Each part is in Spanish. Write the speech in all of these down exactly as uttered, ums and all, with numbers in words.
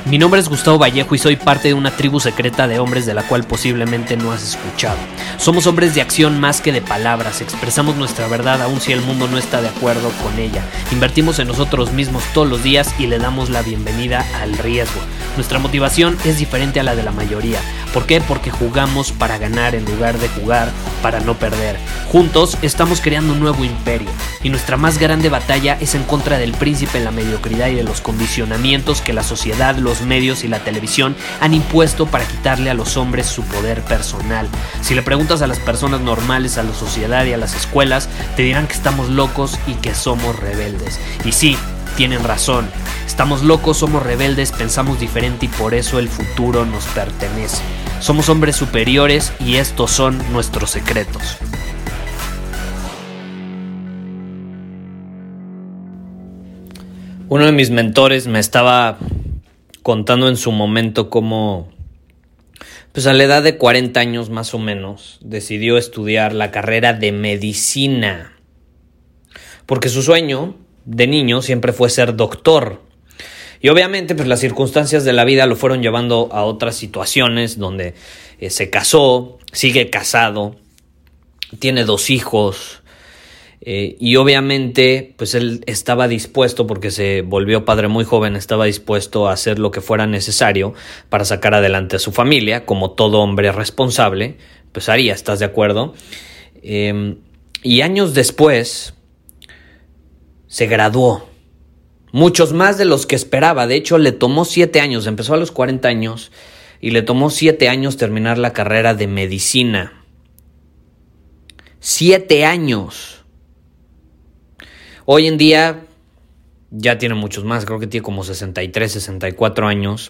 Mi nombre es Gustavo Vallejo y soy parte de una tribu secreta de hombres de la cual posiblemente no has escuchado. Somos hombres de acción más que de palabras, expresamos nuestra verdad aun si el mundo no está de acuerdo con ella. Invertimos en nosotros mismos todos los días y le damos la bienvenida al riesgo. Nuestra motivación es diferente a la de la mayoría. ¿Por qué? Porque jugamos para ganar en lugar de jugar para no perder. Juntos estamos creando un nuevo imperio y nuestra más grande batalla es en contra del príncipe, la mediocridad y de los condicionamientos que la sociedad, los medios y la televisión han impuesto para quitarle a los hombres su poder personal. Si le preguntas a las personas normales, a la sociedad y a las escuelas, te dirán que estamos locos y que somos rebeldes. Y sí, tienen razón. Estamos locos, somos rebeldes, pensamos diferente y por eso el futuro nos pertenece. Somos hombres superiores y estos son nuestros secretos. Uno de mis mentores me estaba contando en su momento cómo, pues a la edad de cuarenta años más o menos, decidió estudiar la carrera de medicina. Porque su sueño de niño siempre fue ser doctor. Y obviamente pues las circunstancias de la vida lo fueron llevando a otras situaciones donde eh, se casó, sigue casado, tiene dos hijos. Eh, y obviamente pues él estaba dispuesto, porque se volvió padre muy joven, estaba dispuesto a hacer lo que fuera necesario para sacar adelante a su familia, como todo hombre responsable, pues haría, ¿estás de acuerdo? Eh, y años después se graduó, muchos más de los que esperaba. De hecho le tomó siete años, empezó a los cuarenta años y le tomó siete años terminar la carrera de medicina. Siete años. Hoy en día ya tiene muchos más, creo que tiene como sesenta y tres, sesenta y cuatro años.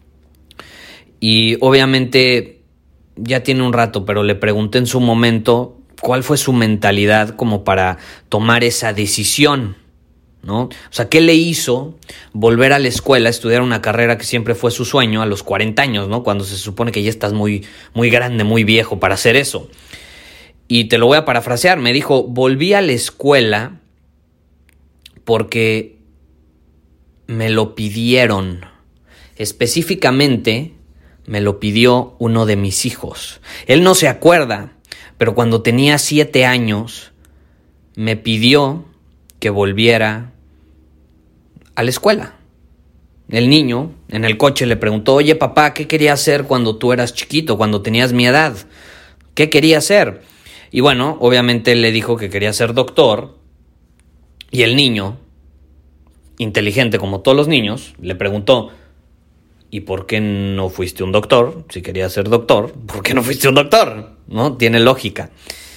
Y obviamente ya tiene un rato, pero le pregunté en su momento cuál fue su mentalidad como para tomar esa decisión, ¿no? O sea, ¿qué le hizo volver a la escuela, estudiar una carrera que siempre fue su sueño a los cuarenta años, ¿no? Cuando se supone que ya estás muy, muy grande, muy viejo para hacer eso. Y te lo voy a parafrasear, me dijo, volví a la escuela porque me lo pidieron. Específicamente me lo pidió uno de mis hijos. Él no se acuerda, pero cuando tenía siete años me pidió que volviera a la escuela. El niño en el coche le preguntó, oye papá, ¿qué quería hacer cuando tú eras chiquito, cuando tenías mi edad? ¿Qué quería hacer? Y bueno, obviamente le dijo que quería ser doctor. Y el niño, inteligente como todos los niños, le preguntó, ¿y por qué no fuiste un doctor? Si querías ser doctor, ¿por qué no fuiste un doctor? ¿No? Tiene lógica.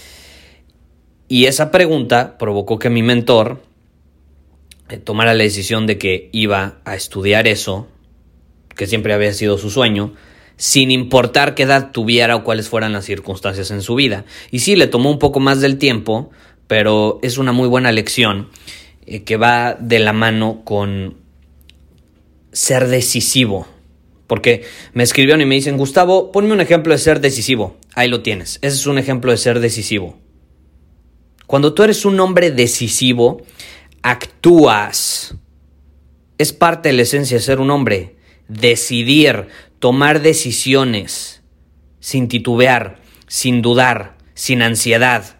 Y esa pregunta provocó que mi mentor eh, tomara la decisión de que iba a estudiar eso, que siempre había sido su sueño, sin importar qué edad tuviera o cuáles fueran las circunstancias en su vida. Y sí, le tomó un poco más del tiempo, pero es una muy buena lección eh, que va de la mano con ser decisivo. Porque me escribieron y me dicen, Gustavo, ponme un ejemplo de ser decisivo. Ahí lo tienes. Ese es un ejemplo de ser decisivo. Cuando tú eres un hombre decisivo, actúas. Es parte de la esencia de ser un hombre. Decidir, tomar decisiones, sin titubear, sin dudar, sin ansiedad.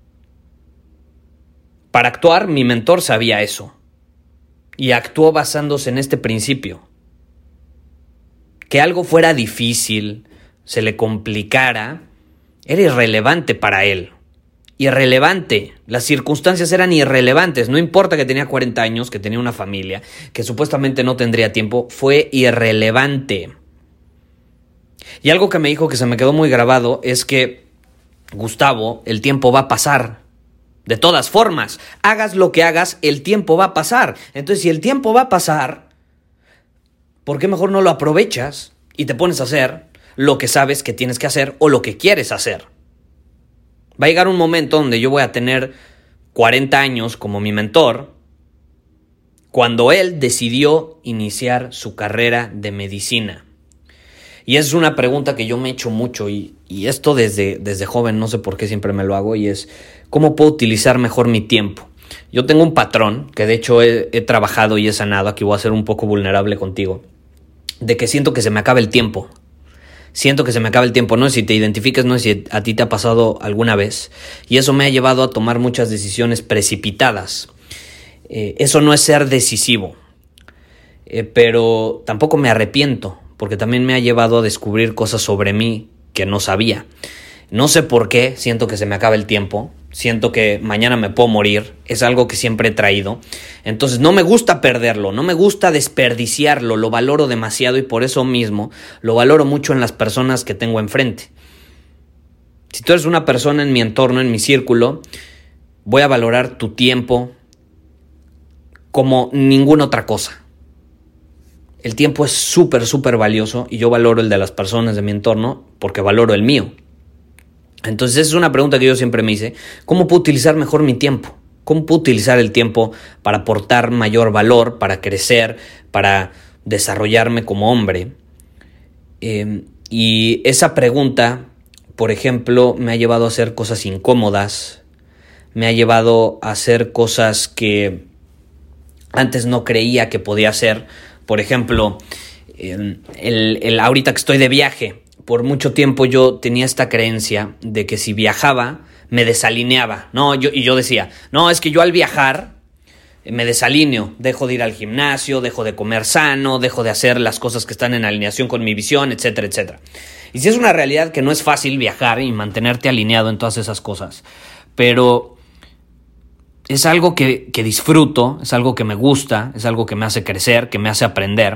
Para actuar, mi mentor sabía eso. Y actuó basándose en este principio. Que algo fuera difícil, se le complicara, era irrelevante para él. Irrelevante. Las circunstancias eran irrelevantes. No importa que tenía cuarenta años, que tenía una familia, que supuestamente no tendría tiempo, fue irrelevante. Y algo que me dijo que se me quedó muy grabado es que, Gustavo, el tiempo va a pasar. De todas formas, hagas lo que hagas, el tiempo va a pasar. Entonces, si el tiempo va a pasar, ¿por qué mejor no lo aprovechas y te pones a hacer lo que sabes que tienes que hacer o lo que quieres hacer? Va a llegar un momento donde yo voy a tener cuarenta años como mi mentor, cuando él decidió iniciar su carrera de medicina. Y es una pregunta que yo me he hecho mucho y, y esto desde, desde joven, no sé por qué siempre me lo hago, y es ¿cómo puedo utilizar mejor mi tiempo? Yo tengo un patrón que de hecho he, he trabajado y he sanado, aquí voy a ser un poco vulnerable contigo. de que siento que se me acaba el tiempo. Siento que se me acaba el tiempo, no sé si te identificas, no sé si a ti te ha pasado alguna vez. Y eso me ha llevado a tomar muchas decisiones precipitadas. Eh, eso no es ser decisivo, eh, pero tampoco me arrepiento, porque también me ha llevado a descubrir cosas sobre mí que no sabía. No sé por qué siento que se me acaba el tiempo, siento que mañana me puedo morir, es algo que siempre he traído. Entonces no me gusta perderlo, no me gusta desperdiciarlo, lo valoro demasiado y por eso mismo lo valoro mucho en las personas que tengo enfrente. Si tú eres una persona en mi entorno, en mi círculo, voy a valorar tu tiempo como ninguna otra cosa. El tiempo es súper, súper valioso y yo valoro el de las personas de mi entorno porque valoro el mío. Entonces esa es una pregunta que yo siempre me hice. ¿Cómo puedo utilizar mejor mi tiempo? ¿Cómo puedo utilizar el tiempo para aportar mayor valor, para crecer, para desarrollarme como hombre? Eh, y esa pregunta, por ejemplo, me ha llevado a hacer cosas incómodas, me ha llevado a hacer cosas que antes no creía que podía hacer. Por ejemplo, eh, el, el, ahorita que estoy de viaje, por mucho tiempo yo tenía esta creencia de que si viajaba me desalineaba, ¿no? Yo, y yo decía, no, es que yo al viajar me desalineo, dejo de ir al gimnasio, dejo de comer sano, dejo de hacer las cosas que están en alineación con mi visión, etcétera, etcétera. Y sí es una realidad que no es fácil viajar y mantenerte alineado en todas esas cosas, pero es algo que, que disfruto, es algo que me gusta, es algo que me hace crecer, que me hace aprender.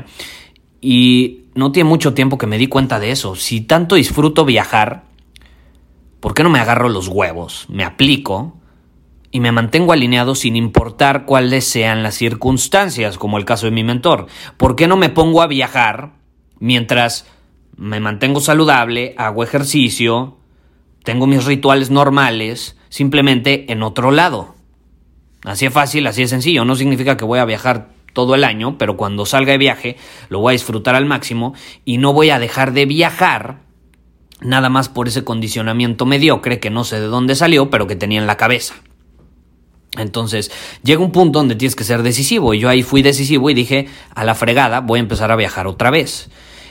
Y no tiene mucho tiempo que me di cuenta de eso. Si tanto disfruto viajar, ¿por qué no me agarro los huevos, me aplico y me mantengo alineado sin importar cuáles sean las circunstancias, como el caso de mi mentor? ¿Por qué no me pongo a viajar mientras me mantengo saludable, hago ejercicio, tengo mis rituales normales, simplemente en otro lado? Así es fácil, así es sencillo. No significa que voy a viajar todo el año, pero cuando salga de viaje lo voy a disfrutar al máximo y no voy a dejar de viajar nada más por ese condicionamiento mediocre que no sé de dónde salió, pero que tenía en la cabeza. Entonces llega un punto donde tienes que ser decisivo y yo ahí fui decisivo y dije, a la fregada, voy a empezar a viajar otra vez.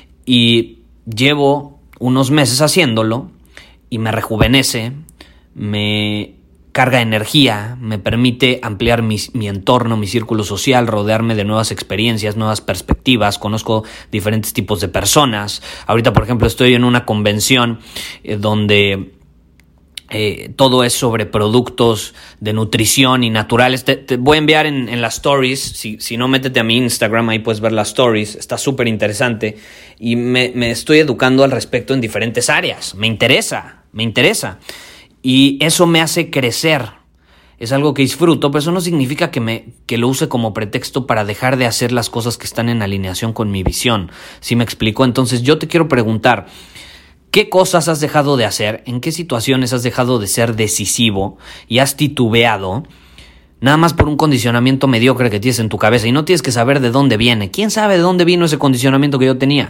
Y llevo unos meses haciéndolo y me rejuvenece, me carga energía, me permite ampliar mi, mi entorno, mi círculo social, rodearme de nuevas experiencias, nuevas perspectivas, conozco diferentes tipos de personas. Ahorita, por ejemplo, estoy en una convención eh, donde eh, todo es sobre productos de nutrición y naturales. Te, te voy a enviar en, en las stories, si, si no, métete a mi Instagram, ahí puedes ver las stories, está súper interesante y me, me estoy educando al respecto en diferentes áreas. Me interesa, me interesa. Y eso me hace crecer. Es algo que disfruto, pero eso no significa que, me, que lo use como pretexto para dejar de hacer las cosas que están en alineación con mi visión. ¿Sí me explico? Entonces yo te quiero preguntar, ¿qué cosas has dejado de hacer? ¿En qué situaciones has dejado de ser decisivo y has titubeado? Nada más por un condicionamiento mediocre que tienes en tu cabeza y no tienes que saber de dónde viene. ¿Quién sabe de dónde vino ese condicionamiento que yo tenía?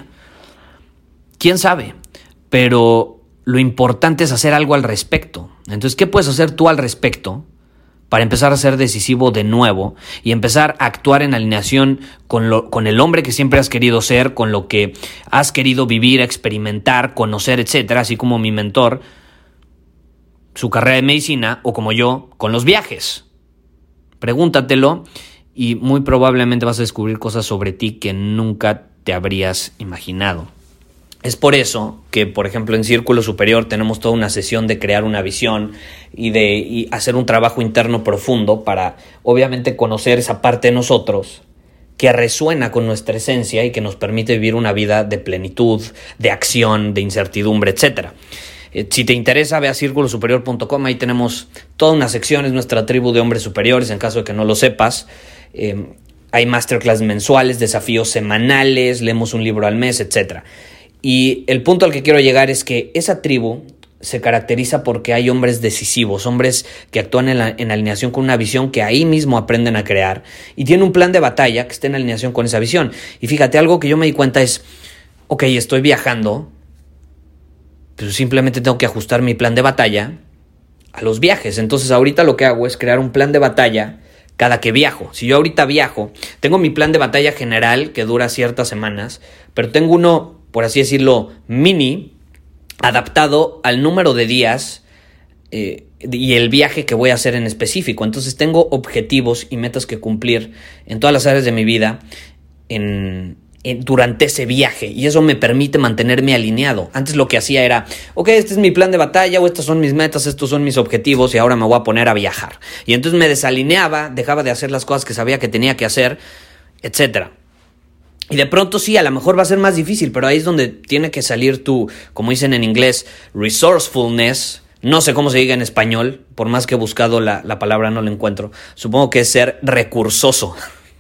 ¿Quién sabe? Pero lo importante es hacer algo al respecto. Entonces, ¿qué puedes hacer tú al respecto para empezar a ser decisivo de nuevo y empezar a actuar en alineación con, lo, con el hombre que siempre has querido ser, con lo que has querido vivir, experimentar, conocer, etcétera? Así como mi mentor, su carrera de medicina, o como yo, con los viajes. Pregúntatelo y muy probablemente vas a descubrir cosas sobre ti que nunca te habrías imaginado. Es por eso que, por ejemplo, en Círculo Superior tenemos toda una sesión de crear una visión y de y hacer un trabajo interno profundo para, obviamente, conocer esa parte de nosotros que resuena con nuestra esencia y que nos permite vivir una vida de plenitud, de acción, de incertidumbre, etcétera. Eh, si te interesa, ve a círculo superior punto com, ahí tenemos toda una sección, es nuestra tribu de hombres superiores, en caso de que no lo sepas. Eh, hay masterclass mensuales, desafíos semanales, leemos un libro al mes, etcétera. Y el punto al que quiero llegar es que esa tribu se caracteriza porque hay hombres decisivos, hombres que actúan en, la, en alineación con una visión que ahí mismo aprenden a crear y tienen un plan de batalla que esté en alineación con esa visión. Y fíjate, algo que yo me di cuenta es, ok, estoy viajando, pero simplemente tengo que ajustar mi plan de batalla a los viajes. Entonces ahorita lo que hago es crear un plan de batalla cada que viajo. Si yo ahorita viajo, tengo mi plan de batalla general que dura ciertas semanas, pero tengo uno, por así decirlo, mini, adaptado al número de días eh, y el viaje que voy a hacer en específico. Entonces tengo objetivos y metas que cumplir en todas las áreas de mi vida en, en, durante ese viaje, y eso me permite mantenerme alineado. Antes lo que hacía era, ok, este es mi plan de batalla, o estas son mis metas, estos son mis objetivos, y ahora me voy a poner a viajar. Y entonces me desalineaba, dejaba de hacer las cosas que sabía que tenía que hacer, etcétera. Y de pronto sí, a lo mejor va a ser más difícil, pero ahí es donde tiene que salir tu, como dicen en inglés, resourcefulness. No sé cómo se diga en español, por más que he buscado la, la palabra no la encuentro. Supongo que es ser recursoso.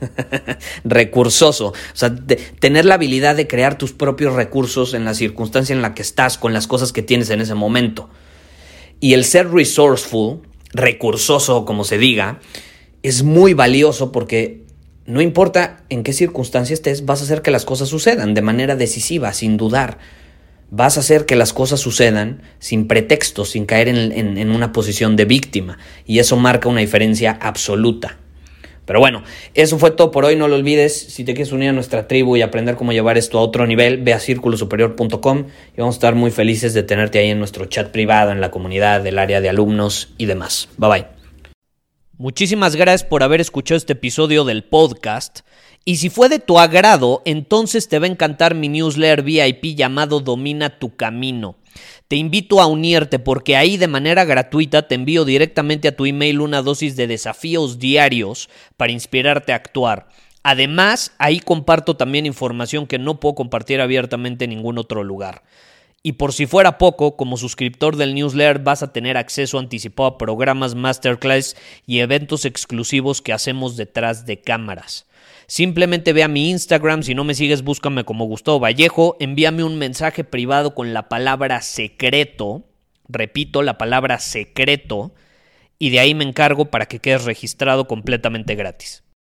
recursoso. O sea, de, tener la habilidad de crear tus propios recursos en la circunstancia en la que estás, con las cosas que tienes en ese momento. Y el ser resourceful, recursoso como se diga, es muy valioso porque no importa en qué circunstancia estés, vas a hacer que las cosas sucedan de manera decisiva, sin dudar. Vas a hacer que las cosas sucedan sin pretextos, sin caer en, en, en una posición de víctima. Y eso marca una diferencia absoluta. Pero bueno, eso fue todo por hoy. No lo olvides, si te quieres unir a nuestra tribu y aprender cómo llevar esto a otro nivel, ve a círculo superior punto com y vamos a estar muy felices de tenerte ahí en nuestro chat privado, en la comunidad del área de alumnos y demás. Bye bye. Muchísimas gracias por haber escuchado este episodio del podcast. Y si fue de tu agrado, entonces te va a encantar mi newsletter V I P llamado Domina tu Camino. Te invito a unirte porque ahí de manera gratuita te envío directamente a tu email una dosis de desafíos diarios para inspirarte a actuar. Además, ahí comparto también información que no puedo compartir abiertamente en ningún otro lugar. Y por si fuera poco, como suscriptor del newsletter vas a tener acceso anticipado a programas, masterclass y eventos exclusivos que hacemos detrás de cámaras. Simplemente ve a mi Instagram, si no me sigues búscame como Gustavo Vallejo, envíame un mensaje privado con la palabra secreto, repito, la palabra secreto, y de ahí me encargo para que quedes registrado completamente gratis.